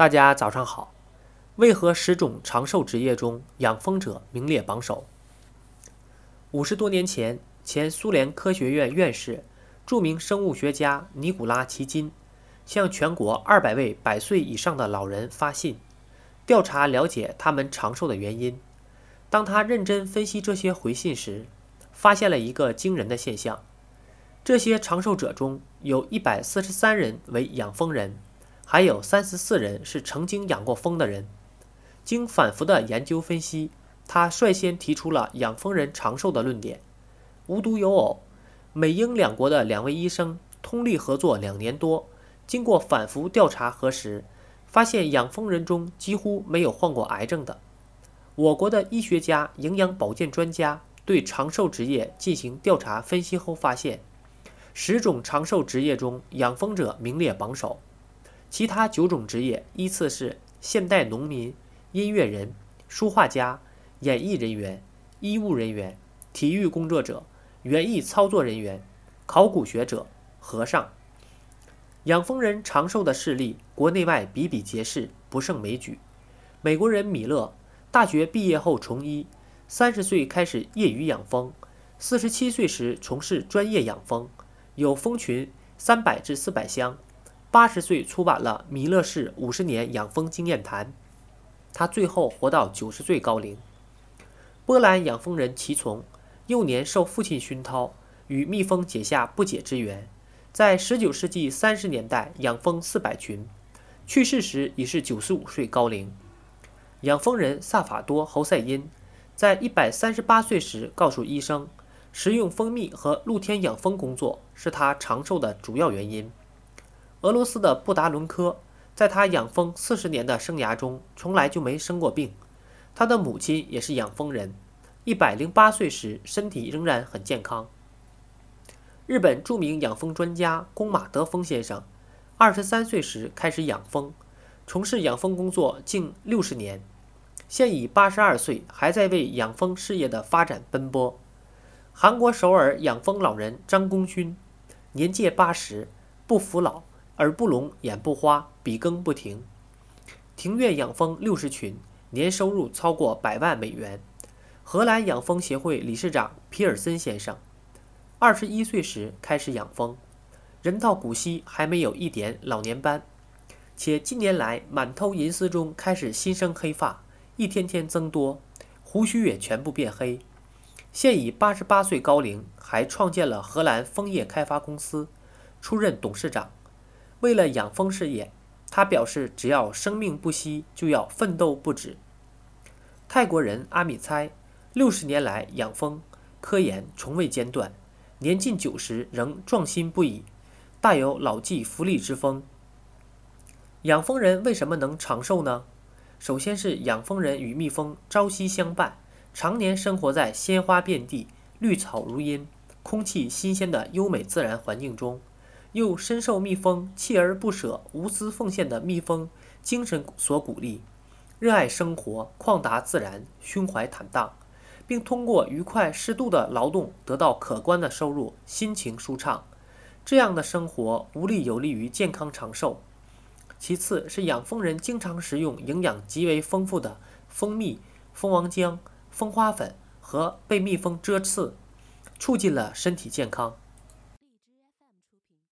大家早上好。为何10种长寿职业中养蜂者名列榜首？50多年前，前苏联科学院院士、著名生物学家尼古拉·齐金向全国200位100岁以上的老人发信，调查了解他们长寿的原因。当他认真分析这些回信时，发现了一个惊人的现象：这些长寿者中有143人为养蜂人，还有34人是曾经养过蜂的人。经反复的研究分析，他率先提出了养蜂人长寿的论点。无独有偶，美英两国的2位医生通力合作2年多，经过反复调查核实，发现养蜂人中几乎没有患过癌症的。我国的医学家、营养保健专家对长寿职业进行调查分析后发现，10种长寿职业中养蜂者名列榜首，其他9种职业依次是现代农民、音乐人、书画家、演艺人员、医务人员、体育工作者、园艺操作人员、考古学者、和尚。养蜂人长寿的事例国内外比比皆是，不胜枚举。美国人米勒大学毕业后从医，30岁开始业余养蜂，47岁时从事专业养蜂，有蜂群300至400箱。80岁出版了《米勒氏50年养蜂经验谈》。他最后活到90岁高龄。波兰养蜂人齐从幼年受父亲熏陶，与蜜蜂结下不解之缘，在19世纪30年代养蜂400群，去世时已是95岁高龄。养蜂人萨法多·侯赛因在138岁时告诉医生，食用蜂蜜和露天养蜂工作是他长寿的主要原因。俄罗斯的布达伦科在他养蜂40年的生涯中从来就没生过病，他的母亲也是养蜂人，108岁时身体仍然很健康。日本著名养蜂专家宫马德丰先生23岁时开始养蜂，从事养蜂工作近60年，现已82岁，还在为养蜂事业的发展奔波。韩国首尔养蜂老人张功勋年届80，不服老，耳不聋，眼不花，笔耕不停，庭院养蜂60群，年收入超过100万美元。荷兰养蜂协会理事长皮尔森先生21岁时开始养蜂，人到古稀，还没有一点老年斑，且近年来满头银丝中开始新生黑发，一天天增多，胡须也全部变黑。现已88岁高龄，还创建了荷兰蜂业开发公司，出任董事长。为了养蜂事业，他表示只要生命不息，就要奋斗不止。泰国人阿米猜60年来养蜂科研从未间断，年近90仍壮心不已，大有老骥伏枥之风。养蜂人为什么能长寿呢？首先是养蜂人与蜜蜂朝夕相伴，常年生活在鲜花遍地、绿草如茵、空气新鲜的优美自然环境中，又深受蜜蜂锲而不舍、无私奉献的蜜蜂精神所鼓励，热爱生活，旷达自然，胸怀坦荡，并通过愉快适度的劳动得到可观的收入，心情舒畅。这样的生活无疑有利于健康长寿。其次是养蜂人经常食用营养极为丰富的蜂蜜、蜂王浆、蜂花粉和被蜜蜂蛰刺，促进了身体健康。